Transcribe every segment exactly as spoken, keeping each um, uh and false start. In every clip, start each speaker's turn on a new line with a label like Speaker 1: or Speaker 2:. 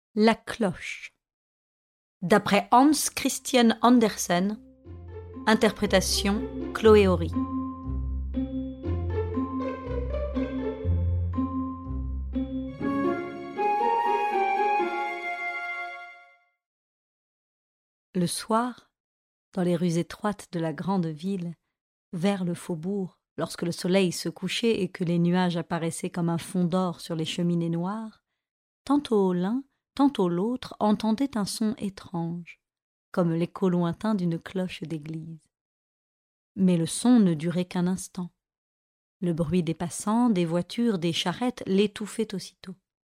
Speaker 1: La cloche. D'après Hans Christian Andersen, interprétation Chloé Horry. Le soir, dans les rues étroites de la grande ville, vers le faubourg, lorsque le soleil se couchait et que les nuages apparaissaient comme un fond d'or sur les cheminées noires, tantôt l'un, tantôt l'autre entendait un son étrange, comme l'écho lointain d'une cloche d'église. Mais le son ne durait qu'un instant. Le bruit des passants, des voitures, des charrettes l'étouffait aussitôt.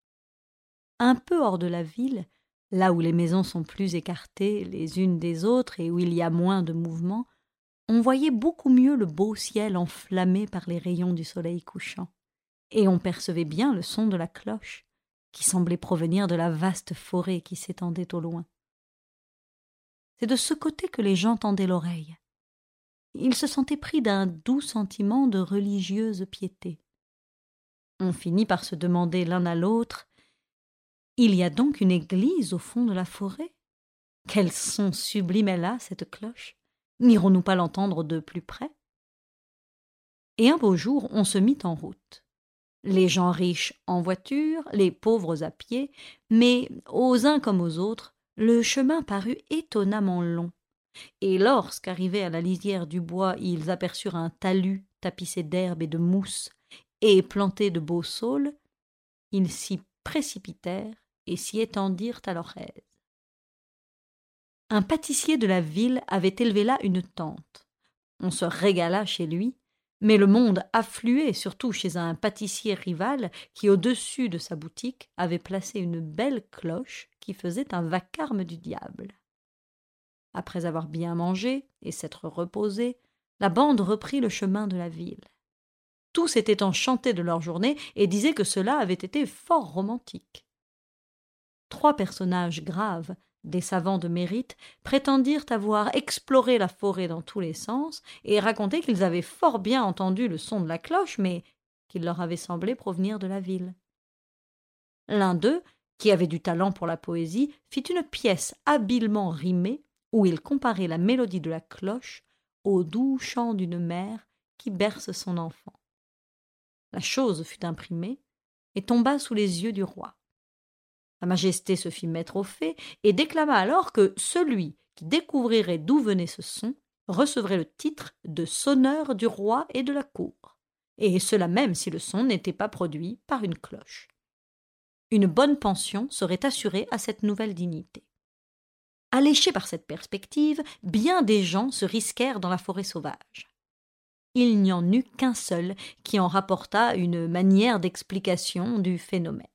Speaker 1: Un peu hors de la ville, là où les maisons sont plus écartées les unes des autres et où il y a moins de mouvement, on voyait beaucoup mieux le beau ciel enflammé par les rayons du soleil couchant, et on percevait bien le son de la cloche, qui semblait provenir de la vaste forêt qui s'étendait au loin. C'est de ce côté que les gens tendaient l'oreille. Ils se sentaient pris d'un doux sentiment de religieuse piété. On finit par se demander l'un à l'autre « Il y a donc une église au fond de la forêt ? Quel son sublime elle a, cette cloche ? N'irons-nous pas l'entendre de plus près ?» Et un beau jour, on se mit en route. Les gens riches en voiture, les pauvres à pied, mais aux uns comme aux autres, le chemin parut étonnamment long. Et lorsqu'arrivés à la lisière du bois, ils aperçurent un talus tapissé d'herbe et de mousse et planté de beaux saules, ils s'y précipitèrent et s'y étendirent à leur aise. Un pâtissier de la ville avait élevé là une tente. On se régala chez lui, mais le monde affluait surtout chez un pâtissier rival qui, au-dessus de sa boutique, avait placé une belle cloche qui faisait un vacarme du diable. Après avoir bien mangé et s'être reposé, la bande reprit le chemin de la ville. Tous étaient enchantés de leur journée et disaient que cela avait été fort romantique. Trois personnages graves, des savants de mérite, prétendirent avoir exploré la forêt dans tous les sens et racontaient qu'ils avaient fort bien entendu le son de la cloche, mais qu'il leur avait semblé provenir de la ville. L'un d'eux, qui avait du talent pour la poésie, fit une pièce habilement rimée où il comparait la mélodie de la cloche au doux chant d'une mère qui berce son enfant. La chose fut imprimée et tomba sous les yeux du roi. Sa Majesté se fit mettre au fait et déclama alors que celui qui découvrirait d'où venait ce son recevrait le titre de sonneur du roi et de la cour, et cela même si le son n'était pas produit par une cloche. Une bonne pension serait assurée à cette nouvelle dignité. Alléchés par cette perspective, bien des gens se risquèrent dans la forêt sauvage. Il n'y en eut qu'un seul qui en rapporta une manière d'explication du phénomène.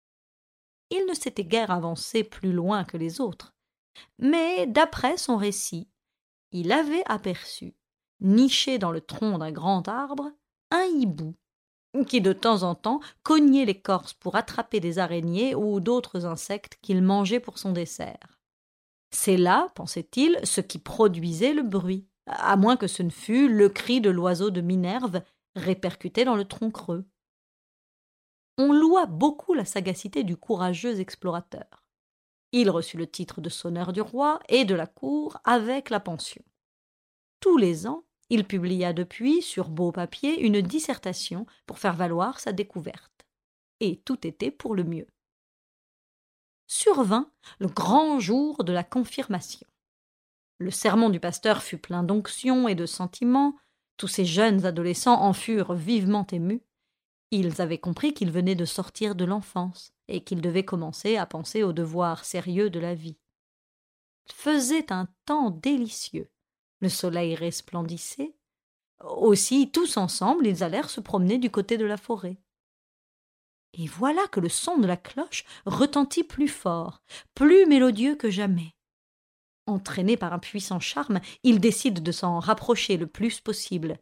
Speaker 1: Il ne s'était guère avancé plus loin que les autres, mais, d'après son récit, il avait aperçu, niché dans le tronc d'un grand arbre, un hibou, qui de temps en temps cognait l'écorce pour attraper des araignées ou d'autres insectes qu'il mangeait pour son dessert. C'est là, pensait-il, ce qui produisait le bruit, à moins que ce ne fût le cri de l'oiseau de Minerve répercuté dans le tronc creux. On loua beaucoup la sagacité du courageux explorateur. Il reçut le titre de sonneur du roi et de la cour avec la pension. Tous les ans, il publia depuis, sur beau papier, une dissertation pour faire valoir sa découverte. Et tout était pour le mieux. Survint le grand jour de la confirmation. Le sermon du pasteur fut plein d'onction et de sentiments. Tous ces jeunes adolescents en furent vivement émus. Ils avaient compris qu'ils venaient de sortir de l'enfance et qu'ils devaient commencer à penser aux devoirs sérieux de la vie. Il faisait un temps délicieux. Le soleil resplendissait. Aussi, tous ensemble, ils allèrent se promener du côté de la forêt. Et voilà que le son de la cloche retentit plus fort, plus mélodieux que jamais. Entraînés par un puissant charme, ils décident de s'en rapprocher le plus possible.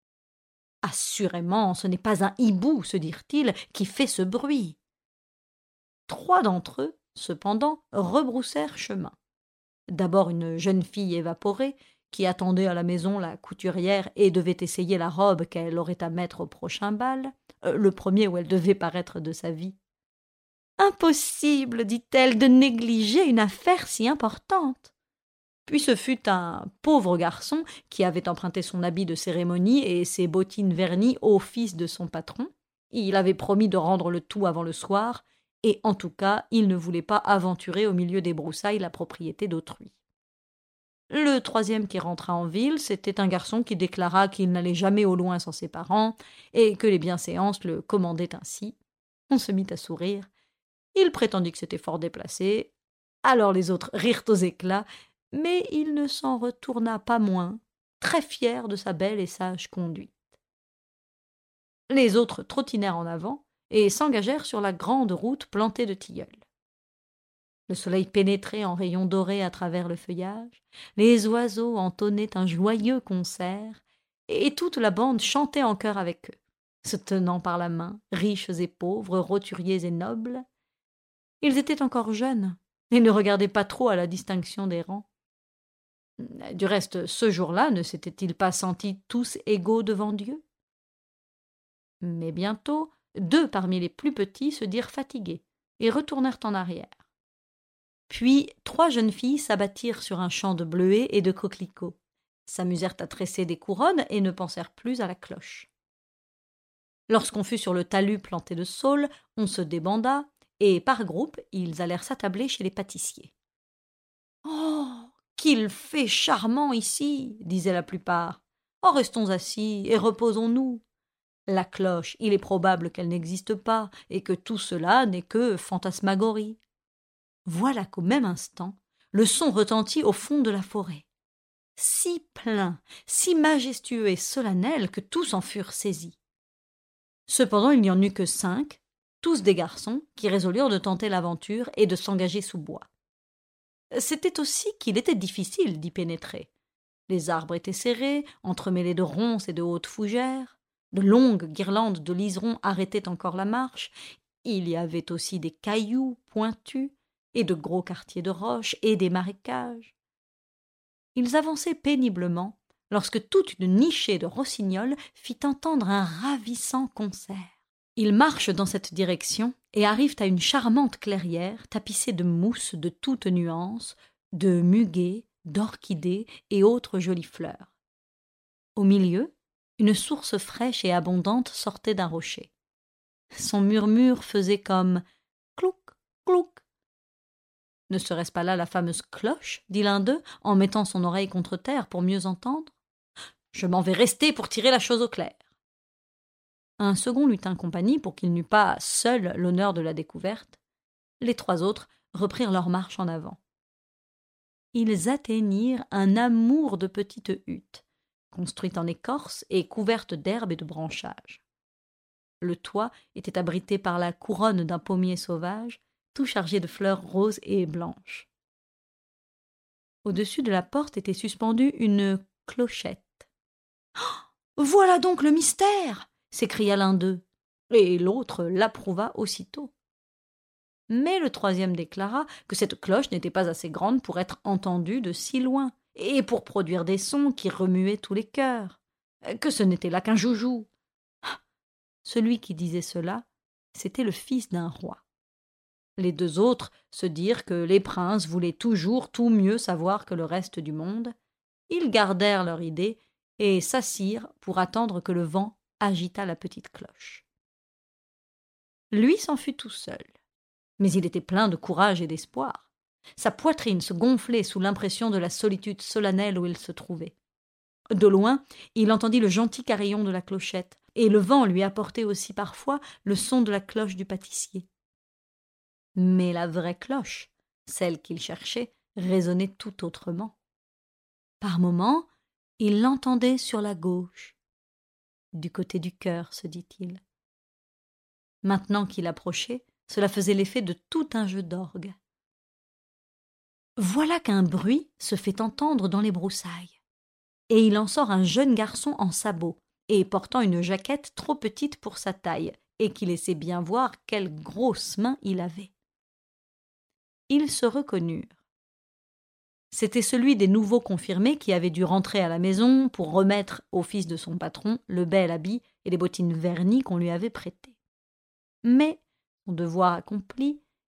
Speaker 1: Assurément, ce n'est pas un hibou, se dirent-ils, qui fait ce bruit. Trois d'entre eux, cependant, rebroussèrent chemin. D'abord une jeune fille évaporée, qui attendait à la maison la couturière et devait essayer la robe qu'elle aurait à mettre au prochain bal, euh, le premier où elle devait paraître de sa vie. Impossible, dit-elle, de négliger une affaire si importante. Puis ce fut un pauvre garçon qui avait emprunté son habit de cérémonie et ses bottines vernies au fils de son patron. Il avait promis de rendre le tout avant le soir, et en tout cas, il ne voulait pas aventurer au milieu des broussailles la propriété d'autrui. Le troisième qui rentra en ville, c'était un garçon qui déclara qu'il n'allait jamais au loin sans ses parents, et que les bienséances le commandaient ainsi. On se mit à sourire. Il prétendit que c'était fort déplacé. Alors les autres rirent aux éclats, mais il ne s'en retourna pas moins, très fier de sa belle et sage conduite. Les autres trottinèrent en avant et s'engagèrent sur la grande route plantée de tilleuls. Le soleil pénétrait en rayons dorés à travers le feuillage, les oiseaux entonnaient un joyeux concert, et toute la bande chantait en chœur avec eux, se tenant par la main, riches et pauvres, roturiers et nobles. Ils étaient encore jeunes et ne regardaient pas trop à la distinction des rangs. Du reste, ce jour-là, ne s'étaient-ils pas sentis tous égaux devant Dieu? Mais bientôt, deux parmi les plus petits se dirent fatigués et retournèrent en arrière. Puis trois jeunes filles s'abattirent sur un champ de bleuets et de coquelicots, s'amusèrent à tresser des couronnes et ne pensèrent plus à la cloche. Lorsqu'on fut sur le talus planté de saules, on se débanda, et par groupes, ils allèrent s'attabler chez les pâtissiers. « Oh, qu'il fait charmant ici !» disaient la plupart. « Oh, restons assis et reposons-nous. La cloche, il est probable qu'elle n'existe pas, et que tout cela n'est que fantasmagorie. » Voilà qu'au même instant, le son retentit au fond de la forêt, si plein, si majestueux et solennel que tous en furent saisis. Cependant, il n'y en eut que cinq, tous des garçons, qui résolurent de tenter l'aventure et de s'engager sous bois. C'était aussi qu'il était difficile d'y pénétrer. Les arbres étaient serrés, entremêlés de ronces et de hautes fougères, de longues guirlandes de liserons arrêtaient encore la marche, il y avait aussi des cailloux pointus, et de gros quartiers de roches et des marécages. Ils avançaient péniblement lorsque toute une nichée de rossignols fit entendre un ravissant concert. Ils marchent dans cette direction et arrivent à une charmante clairière tapissée de mousses de toutes nuances, de muguets, d'orchidées et autres jolies fleurs. Au milieu, une source fraîche et abondante sortait d'un rocher. Son murmure faisait comme « clouc, clouc ». Ne serait-ce pas là la fameuse cloche, dit l'un d'eux, en mettant son oreille contre terre pour mieux entendre. Je m'en vais rester pour tirer la chose au clair. Un second lui tint compagnie pour qu'il n'eût pas seul l'honneur de la découverte. Les trois autres reprirent leur marche en avant. Ils atteignirent un amour de petite hutte, construite en écorce et couverte d'herbe et de branchages. Le toit était abrité par la couronne d'un pommier sauvage, tout chargé de fleurs roses et blanches. Au-dessus de la porte était suspendue une clochette. « Voilà donc le mystère !» s'écria l'un d'eux, et l'autre l'approuva aussitôt. Mais le troisième déclara que cette cloche n'était pas assez grande pour être entendue de si loin, et pour produire des sons qui remuaient tous les cœurs, que ce n'était là qu'un joujou. Celui qui disait cela, c'était le fils d'un roi. Les deux autres se dirent que les princes voulaient toujours tout mieux savoir que le reste du monde. Ils gardèrent leur idée et s'assirent pour attendre que le vent agitât la petite cloche. Lui s'en fut tout seul, mais il était plein de courage et d'espoir. Sa poitrine se gonflait sous l'impression de la solitude solennelle où il se trouvait. De loin, il entendit le gentil carillon de la clochette, et le vent lui apportait aussi parfois le son de la cloche du pâtissier. Mais la vraie cloche, celle qu'il cherchait, résonnait tout autrement. Par moments, il l'entendait sur la gauche, du côté du cœur, se dit-il. Maintenant qu'il approchait, cela faisait l'effet de tout un jeu d'orgue. Voilà qu'un bruit se fait entendre dans les broussailles, et il en sort un jeune garçon en sabots, et portant une jaquette trop petite pour sa taille, et qui laissait bien voir quelles grosses mains il avait. Ils se reconnurent. C'était celui des nouveaux confirmés qui avait dû rentrer à la maison pour remettre au fils de son patron le bel habit et les bottines vernies qu'on lui avait prêtées. Mais, son devoir accompli,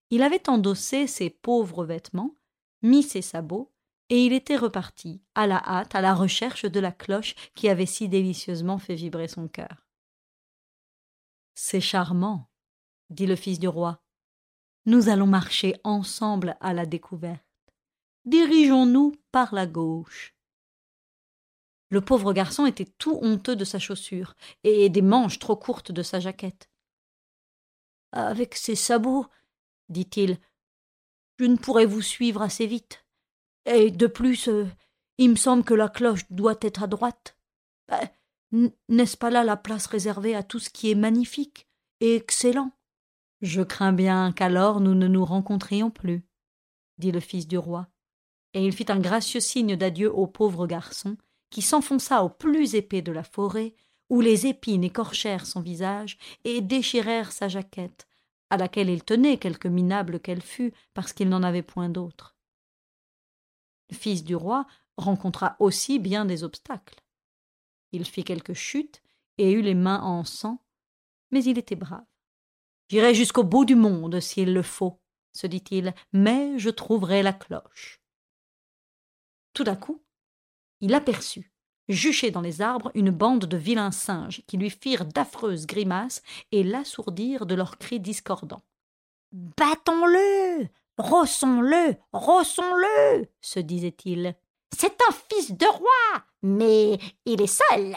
Speaker 1: Il avait endossé ses pauvres vêtements, mis ses sabots, et il était reparti, à la hâte, à la recherche de la cloche qui avait si délicieusement fait vibrer son cœur. « C'est charmant, » dit le fils du roi. « Nous allons marcher ensemble à la découverte. Dirigeons-nous par la gauche. » Le pauvre garçon était tout honteux de sa chaussure et des manches trop courtes de sa jaquette. « Avec ces sabots, dit-il, je ne pourrais vous suivre assez vite. Et de plus, euh, il me semble que la cloche doit être à droite. Euh, n'est-ce pas là la place réservée à tout ce qui est magnifique et excellent? Je crains bien qu'alors nous ne nous rencontrions plus, dit le fils du roi, et il fit un gracieux signe d'adieu au pauvre garçon, qui s'enfonça au plus épais de la forêt, où les épines écorchèrent son visage et déchirèrent sa jaquette, à laquelle il tenait, quelque minable qu'elle fût, parce qu'il n'en avait point d'autre. Le fils du roi rencontra aussi bien des obstacles. Il fit quelques chutes et eut les mains en sang, mais il était brave. « J'irai jusqu'au bout du monde, s'il le faut, » se dit-il, « mais je trouverai la cloche. » Tout d'un coup, il aperçut, juchés dans les arbres, une bande de vilains singes qui lui firent d'affreuses grimaces et l'assourdirent de leurs cris discordants. « Battons-le, rossons-le, rossons-le, se disait-il. C'est un fils de roi, mais il est seul.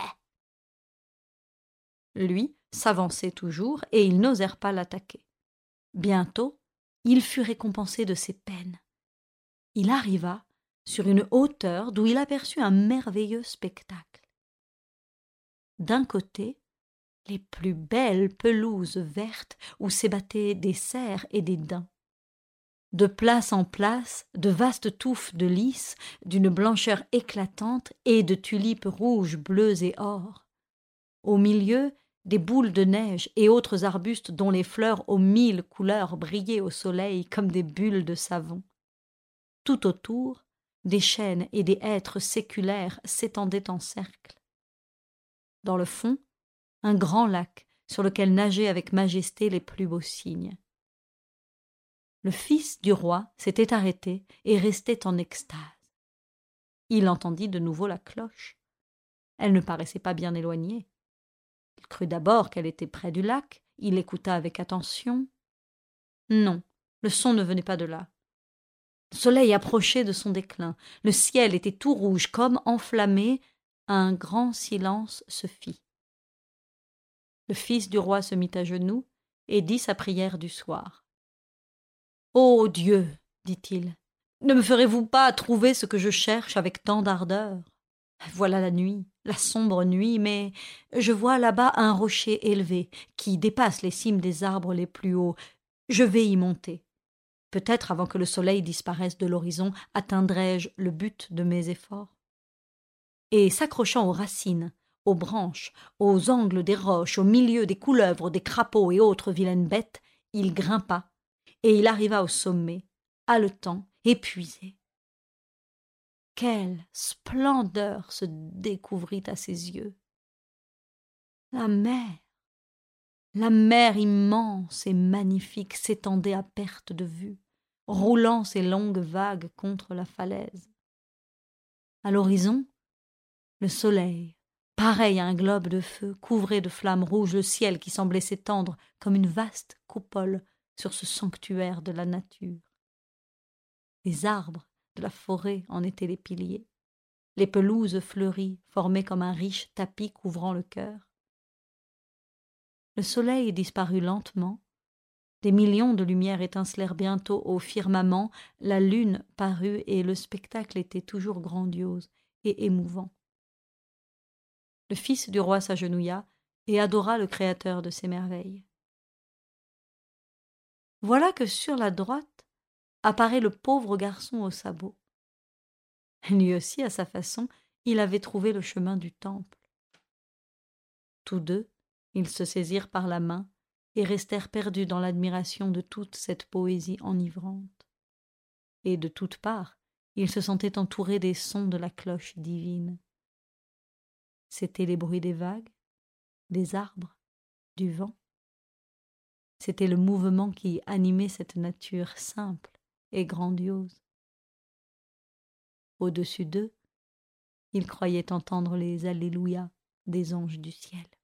Speaker 1: Lui s'avançait toujours, et ils n'osèrent pas l'attaquer. Bientôt, il fut récompensé de ses peines. Il arriva sur une hauteur d'où il aperçut un merveilleux spectacle. D'un côté, les plus belles pelouses vertes où s'ébattaient des cerfs et des daims. De place en place, de vastes touffes de lys, d'une blancheur éclatante, et de tulipes rouges, bleues et or. Au milieu, des boules de neige et autres arbustes dont les fleurs aux mille couleurs brillaient au soleil comme des bulles de savon. Tout autour, des chênes et des hêtres séculaires s'étendaient en cercle. Dans le fond, un grand lac sur lequel nageaient avec majesté les plus beaux cygnes. Le fils du roi s'était arrêté et restait en extase. Il entendit de nouveau la cloche. Elle ne paraissait pas bien éloignée. Il crut d'abord qu'elle était près du lac. Il écouta avec attention. Non, le son ne venait pas de là. Le soleil approchait de son déclin. Le ciel était tout rouge, comme enflammé. Un grand silence se fit. Le fils du roi se mit à genoux et dit sa prière du soir. « Ô Dieu, dit-il, ne me ferez-vous pas trouver ce que je cherche avec tant d'ardeur? Voilà la nuit, la sombre nuit, mais je vois là-bas un rocher élevé qui dépasse les cimes des arbres les plus hauts. Je vais y monter. Peut-être avant que le soleil disparaisse de l'horizon, atteindrai-je le but de mes efforts. » Et s'accrochant aux racines, aux branches, aux angles des roches, au milieu des couleuvres, des crapauds et autres vilaines bêtes, il grimpa, et il arriva au sommet, haletant, épuisé. Quelle splendeur se découvrit à ses yeux! La mer, la mer immense et magnifique s'étendait à perte de vue, roulant ses longues vagues contre la falaise. À l'horizon, le soleil, pareil à un globe de feu, couvrait de flammes rouges le ciel qui semblait s'étendre comme une vaste coupole sur ce sanctuaire de la nature. Les arbres de la forêt en étaient les piliers. Les pelouses fleuries formaient comme un riche tapis couvrant le cœur. Le soleil disparut lentement. Des millions de lumières étincelèrent bientôt au firmament. La lune parut et le spectacle était toujours grandiose et émouvant. Le fils du roi s'agenouilla et adora le créateur de ces merveilles. Voilà que sur la droite apparaît le pauvre garçon aux sabots. Lui aussi, à sa façon, il avait trouvé le chemin du temple. Tous deux, ils se saisirent par la main et restèrent perdus dans l'admiration de toute cette poésie enivrante. Et de toutes parts, ils se sentaient entourés des sons de la cloche divine. C'étaient les bruits des vagues, des arbres, du vent. C'était le mouvement qui animait cette nature simple et grandiose. Au-dessus d'eux, ils croyaient entendre les Alléluia des anges du ciel.